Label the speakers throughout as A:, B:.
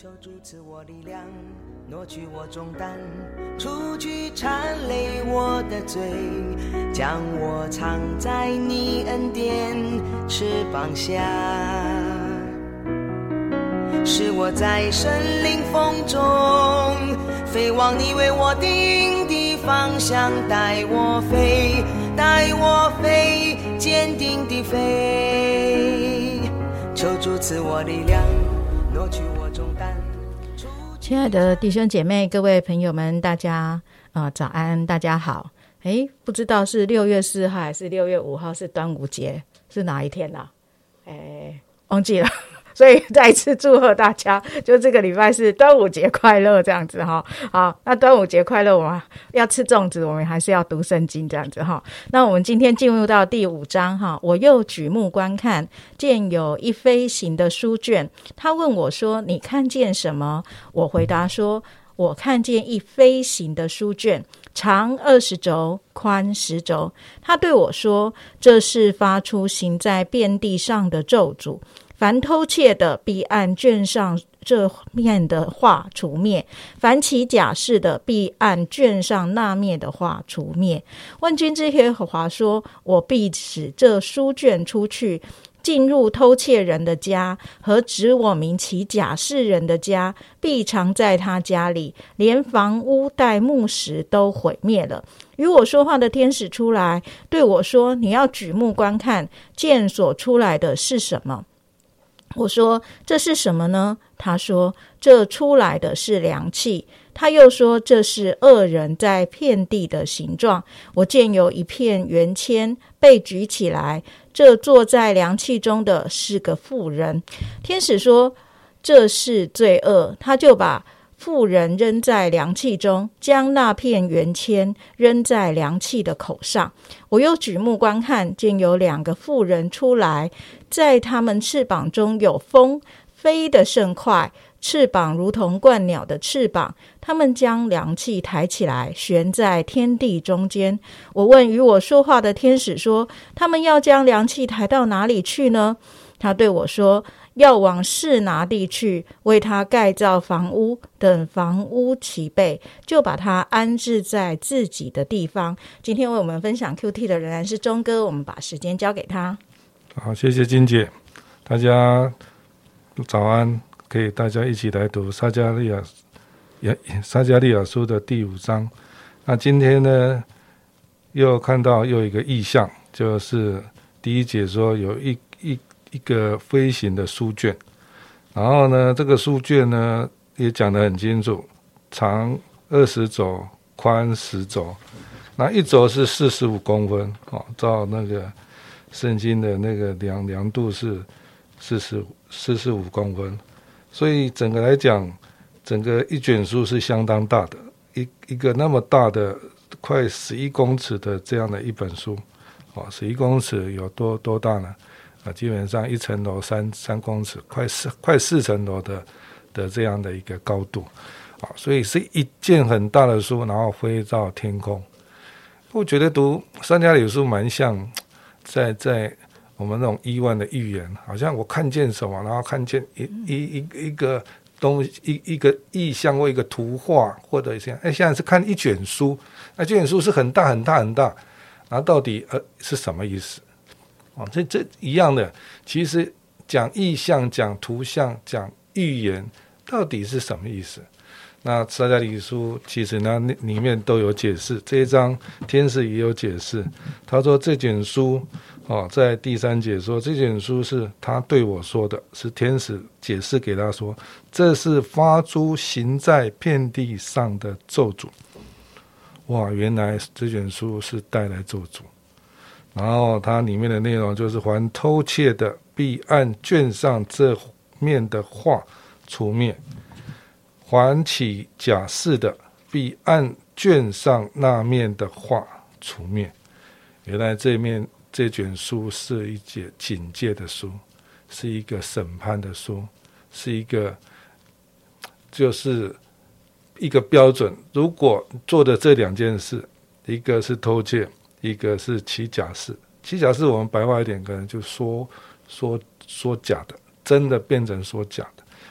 A: 求主赐我力量，挪去我重担，除去缠累我的罪，将我藏在你恩典翅膀下，使我在神灵风中飞往你为我定的方向，带我飞，带我飞，坚定地飞。求主赐我力量，挪去我重担。
B: 亲爱的弟兄姐妹，各位朋友们，大家早安，大家好。不知道是6月4号还是6月5号是端午节，是哪一天啊？忘记了。所以再一次祝贺大家，就这个礼拜是端午节快乐这样子哈。好，那端午节快乐，我们要吃粽子，我们还是要读圣经这样子哈。那我们今天进入到第5章哈。我又举目观看，见有一飞行的书卷。他问我说：“你看见什么？”我回答说：“我看见一飞行的书卷，长20肘，宽10肘。”他对我说：“这是发出行在遍地上的咒诅。凡偷窃的，必按卷上这面的画除灭；凡起假誓的，必按卷上那面的画除灭。万军之耶和华说：我必使这书卷出去，进入偷窃人的家和指我名起假誓人的家，必藏在他家里，连房屋带木石都毁灭了。与我说话的天使出来对我说：你要举目观看，见所出来的是什么？我说：这是什么呢？他说：这出来的是凉气。他又说：这是恶人在遍地的形状。我见有一片圆签被举起来，这坐在凉气中的是个妇人。天使说：这是罪恶。他就把妇人扔在凉气中，将那片圆签扔在凉气的口上。我又举目观看，见有2个妇人出来，在他们翅膀中有风，飞得甚快，翅膀如同鹳鸟的翅膀。他们将凉气抬起来，悬在天地中间。我问与我说话的天使说：他们要将凉气抬到哪里去呢？他对我说：要往示拿地去，为他盖造房屋，等房屋齐备，就把他安置在自己的地方。今天为我们分享 QT 的仍然是钟哥，我们把时间交给他。
C: 好，谢谢金姐。大家早安，可以大家一起来读撒迦利亚书的第5章。那今天呢，又看到又一个异象，就是第1节说有一个飞行的书卷，然后呢，这个书卷呢也讲得很清楚，长20肘，宽10肘，那1肘是45公分照那个圣经的那个量度是45公分，所以整个来讲，整个一卷书是相当大的，一个那么大的快11公尺的这样的一本书，11公尺有多大呢？基本上1层楼3公尺，快4层楼的这样的一个高度，所以是一件很大的书，然后飞到天空。我觉得读撒迦利亚书蛮像在我们那种伊万的预言，好像我看见什么，然后看见一个东西，一个意象或一个图画，或者现在是看一卷书，那这卷书是很大很大很大，然后到底是什么意思？这一样的，其实讲意象、讲图像、讲预言，到底是什么意思？那撒迦利亚书其实呢里面都有解释，这一章天使也有解释。他说这卷书在第3节说这卷书是他对我说的，是天使解释给他说，这是发出行在遍地上的咒诅。哇，原来这卷书是带来咒诅。然后它里面的内容就是：凡偷窃的，必按卷上这面的画除灭；凡起假誓的，必按卷上那面的画除灭。原来这卷书是一节警戒的书，是一个审判的书，是一个就是一个标准。如果做的这2件事，一个是偷窃，一个是起假誓。起假誓我们白话一点可能就说假的，真的变成说假的，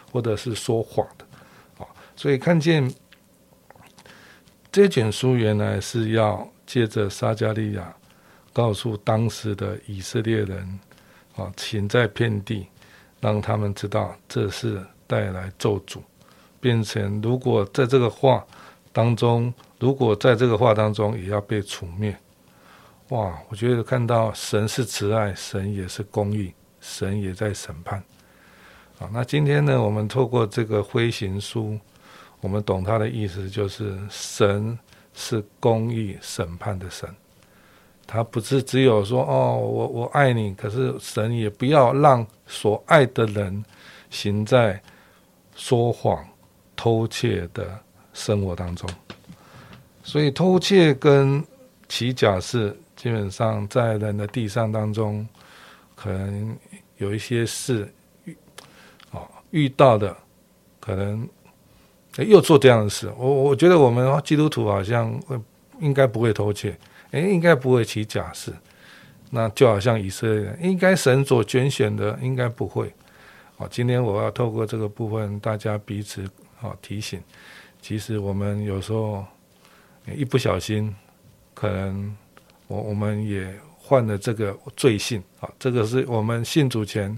C: 或者是说谎的。所以看见这卷书原来是要借着撒迦利亚告诉当时的以色列人，请在遍地，让他们知道这是带来咒诅，变成如果在这个话当中也要被除灭。哇，我觉得看到神是慈爱，神也是公义，神也在审判。那今天呢，我们透过这个灰行书，我们懂它的意思，就是神是公义审判的神。他不是只有说我爱你，可是神也不要让所爱的人行在说谎偷窃的生活当中。所以偷窃跟起假誓基本上在人的地上当中，可能有一些事遇到的，可能又做这样的事。我觉得我们基督徒好像应该不会偷窃，应该不会起假誓，那就好像以色列人，应该神所拣选的应该不会。今天我要透过这个部分，大家彼此提醒，其实我们有时候一不小心，可能我们也犯了这个罪性，这个是我们信主前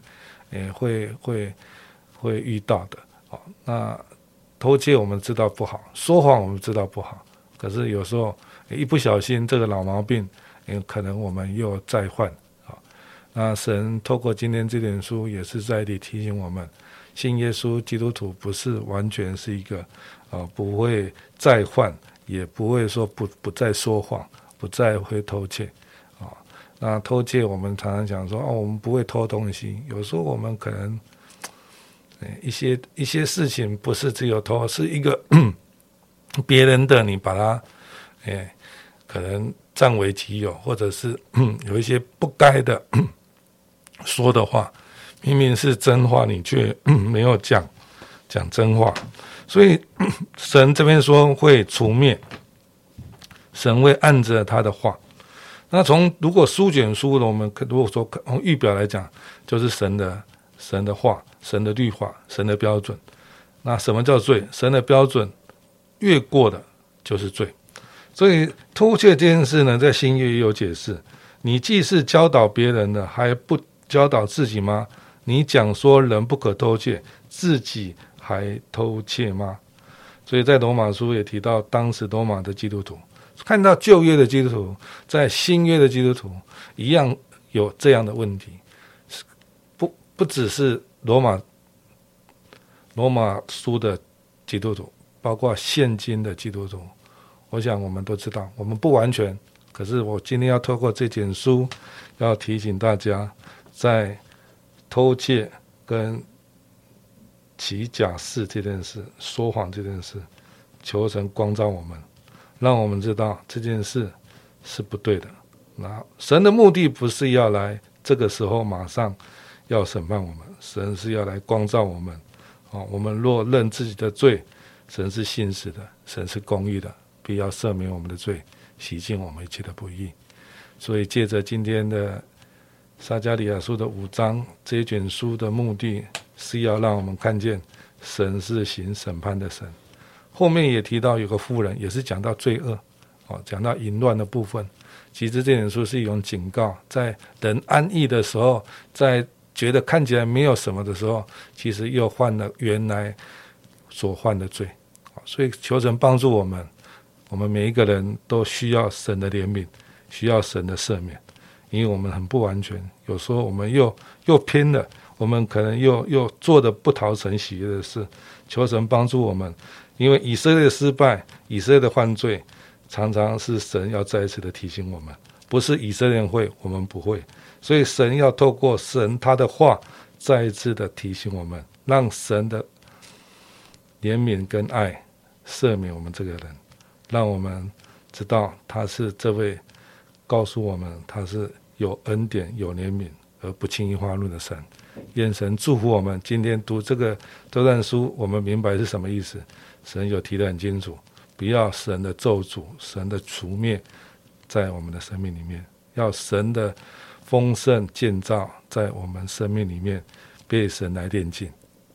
C: 会遇到的。那偷窃我们知道不好，说谎我们知道不好，可是有时候一不小心这个老毛病，可能我们又再犯。那神透过今天这本书也是在这里提醒我们，信耶稣基督徒不是完全是一个不会再犯，也不会说不再说谎，不再会偷窃。那偷窃我们常常讲说我们不会偷东西，有时候我们可能一些事情不是只有偷，是一个别人的你把它可能占为己有，或者是有一些不该的说的话，明明是真话，你却没有讲真话。所以神这边说会除灭，神会按着他的话。那如果书卷书的，我们如果说从预表来讲，就是神的话，神的律法，神的标准。那什么叫罪？神的标准越过的就是罪。所以偷窃这件事呢，在新约也有解释，你既是教导别人的，还不教导自己吗？你讲说人不可偷窃，自己还偷窃吗？所以在罗马书也提到，当时罗马的基督徒看到旧约的基督徒在新约的基督徒一样有这样的问题，不只是罗马书的基督徒，包括现今的基督徒。我想我们都知道，我们不完全，可是我今天要透过这卷书，要提醒大家，在偷窃跟起假誓这件事，说谎这件事，求神光照我们，让我们知道这件事是不对的。那神的目的不是要来这个时候马上要审判我们，神是要来光照我们。我们若认自己的罪，神是信实的，神是公义的，必要赦免我们的罪，洗净我们一切的不义。所以借着今天的撒迦利亚书的5章，这一卷书的目的是要让我们看见神是行审判的神。后面也提到有个妇人，也是讲到罪恶，讲到淫乱的部分。其实这本书是一种警告，在人安逸的时候，在觉得看起来没有什么的时候，其实又犯了原来所犯的罪。所以求神帮助我们每一个人都需要神的怜悯，需要神的赦免，因为我们很不完全，有时候我们又偏了，我们可能又做的不讨神喜悦的事。求神帮助我们，因为以色列的失败，以色列的犯罪，常常是神要再一次的提醒我们，不是以色列人会，我们不会。所以神要透过神他的话，再一次的提醒我们，让神的怜悯跟爱赦免我们这个人，让我们知道他是这位告诉我们他是有恩典有怜悯而不轻易发怒的神。愿神祝福我们，今天读这段书，我们明白是什么意思。神有提得很清楚，不要神的咒诅，神的除灭在我们的生命里面，要神的丰盛建造在我们生命里面，被神来炼净。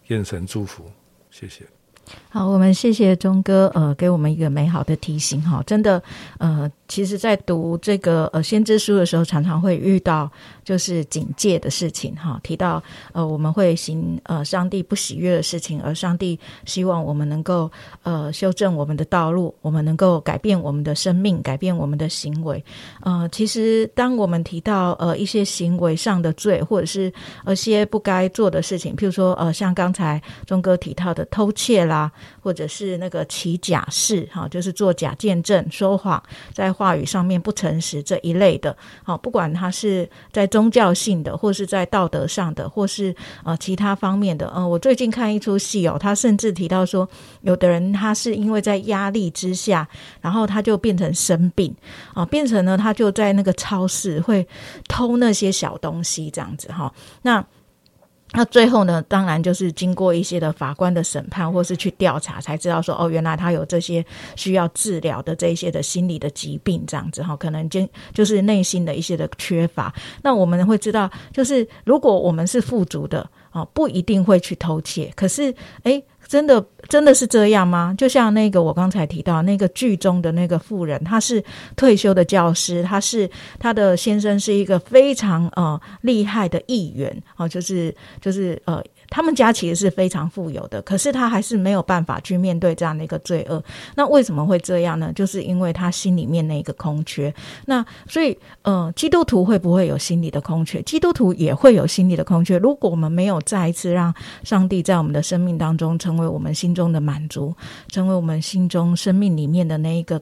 C: 愿神祝福，谢谢。
B: 好，我们谢谢钟哥给我们一个美好的提醒哈，真的其实在读这个先知书的时候，常常会遇到就是警戒的事情哈，提到我们会行上帝不喜悦的事情，而上帝希望我们能够修正我们的道路，我们能够改变我们的生命，改变我们的行为。其实当我们提到一些行为上的罪，或者是一些不该做的事情，譬如说像刚才钟哥提到的偷窃啦，或者是那个起假誓哈，就是做假见证、说谎，在话语上面不诚实这一类的，不管他是在宗教性的，或是在道德上的，或是其他方面的。我最近看一出戏他甚至提到说，有的人他是因为在压力之下，然后他就变成生病变成呢他就在那个超市会偷那些小东西这样子哈。那最后呢，当然就是经过一些的法官的审判或是去调查，才知道说原来他有这些需要治疗的这一些的心理的疾病这样子可能就是内心的一些的缺乏。那我们会知道，就是如果我们是富足的不一定会去偷窃，可是真的是这样吗？就像那个我刚才提到那个剧中的那个妇人，她是退休的教师，她的先生是一个非常厉害的议员就是他们家其实是非常富有的，可是他还是没有办法去面对这样的一个罪恶。那为什么会这样呢？就是因为他心里面那个空缺。那所以基督徒会不会有心理的空缺？基督徒也会有心理的空缺。如果我们没有再一次让上帝在我们的生命当中成为我们心中的满足，成为我们心中生命里面的那个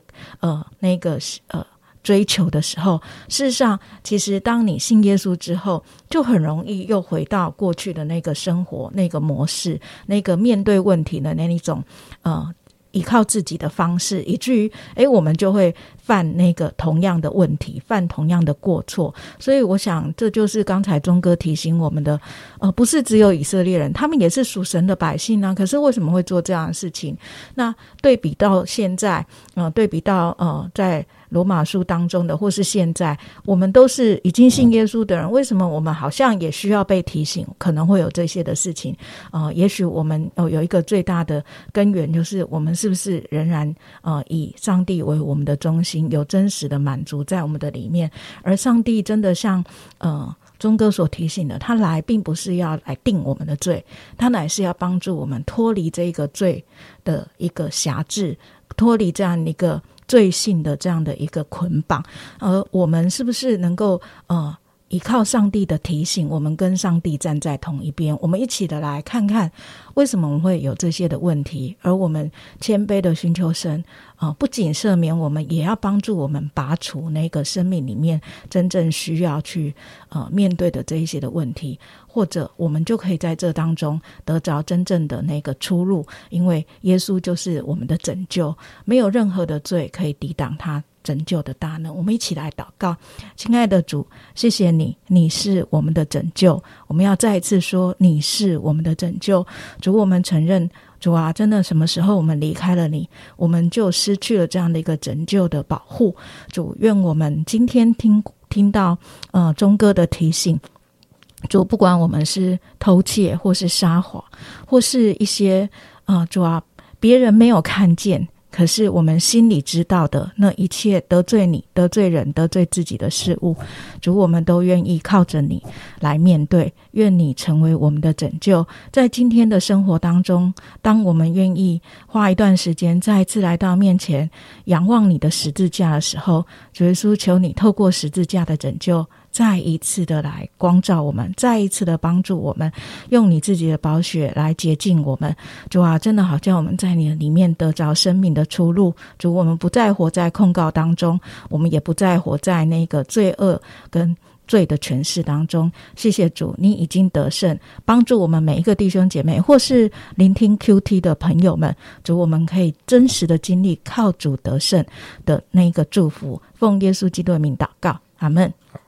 B: 追求的时候，事实上其实当你信耶稣之后，就很容易又回到过去的那个生活那个模式，那个面对问题的那一种依靠自己的方式，以至于我们就会犯那个同样的问题，犯同样的过错。所以我想这就是刚才钟哥提醒我们的不是只有以色列人，他们也是属神的百姓啊，可是为什么会做这样的事情？那对比到现在对比到在罗马书当中的，或是现在我们都是已经信耶稣的人，为什么我们好像也需要被提醒可能会有这些的事情？也许我们有一个最大的根源，就是我们是不是仍然以上帝为我们的中心，有真实的满足在我们的里面。而上帝真的像钟哥所提醒的，他来并不是要来定我们的罪，他乃是要帮助我们脱离这个罪的一个辖制，脱离这样一个罪性的这样的一个捆绑。我们是不是能够依靠上帝的提醒，我们跟上帝站在同一边，我们一起的来看看为什么我们会有这些的问题，而我们谦卑的寻求神不仅赦免我们，也要帮助我们拔除那个生命里面真正需要去面对的这一些的问题，或者我们就可以在这当中得着真正的那个出路，因为耶稣就是我们的拯救，没有任何的罪可以抵挡他拯救的大能。我们一起来祷告。亲爱的主，谢谢你，你是我们的拯救，我们要再一次说你是我们的拯救。主，我们承认，主啊，真的什么时候我们离开了你，我们就失去了这样的一个拯救的保护。主，愿我们今天听到钟哥的提醒，主，不管我们是偷窃或是撒谎，或是一些主啊别人没有看见可是我们心里知道的那一切得罪你、得罪人、得罪自己的事物，主，我们都愿意靠着你来面对，愿你成为我们的拯救。在今天的生活当中，当我们愿意花一段时间再一次来到面前仰望你的十字架的时候，主耶稣，求你透过十字架的拯救再一次的来光照我们，再一次的帮助我们，用你自己的宝血来洁净我们。主啊，真的好叫我们在你的里面得着生命的出路。主，我们不再活在控告当中，我们也不再活在那个罪恶跟罪的权势当中。谢谢主，你已经得胜，帮助我们每一个弟兄姐妹或是聆听 QT 的朋友们，主，我们可以真实的经历靠主得胜的那个祝福。奉耶稣基督的名祷告，阿们。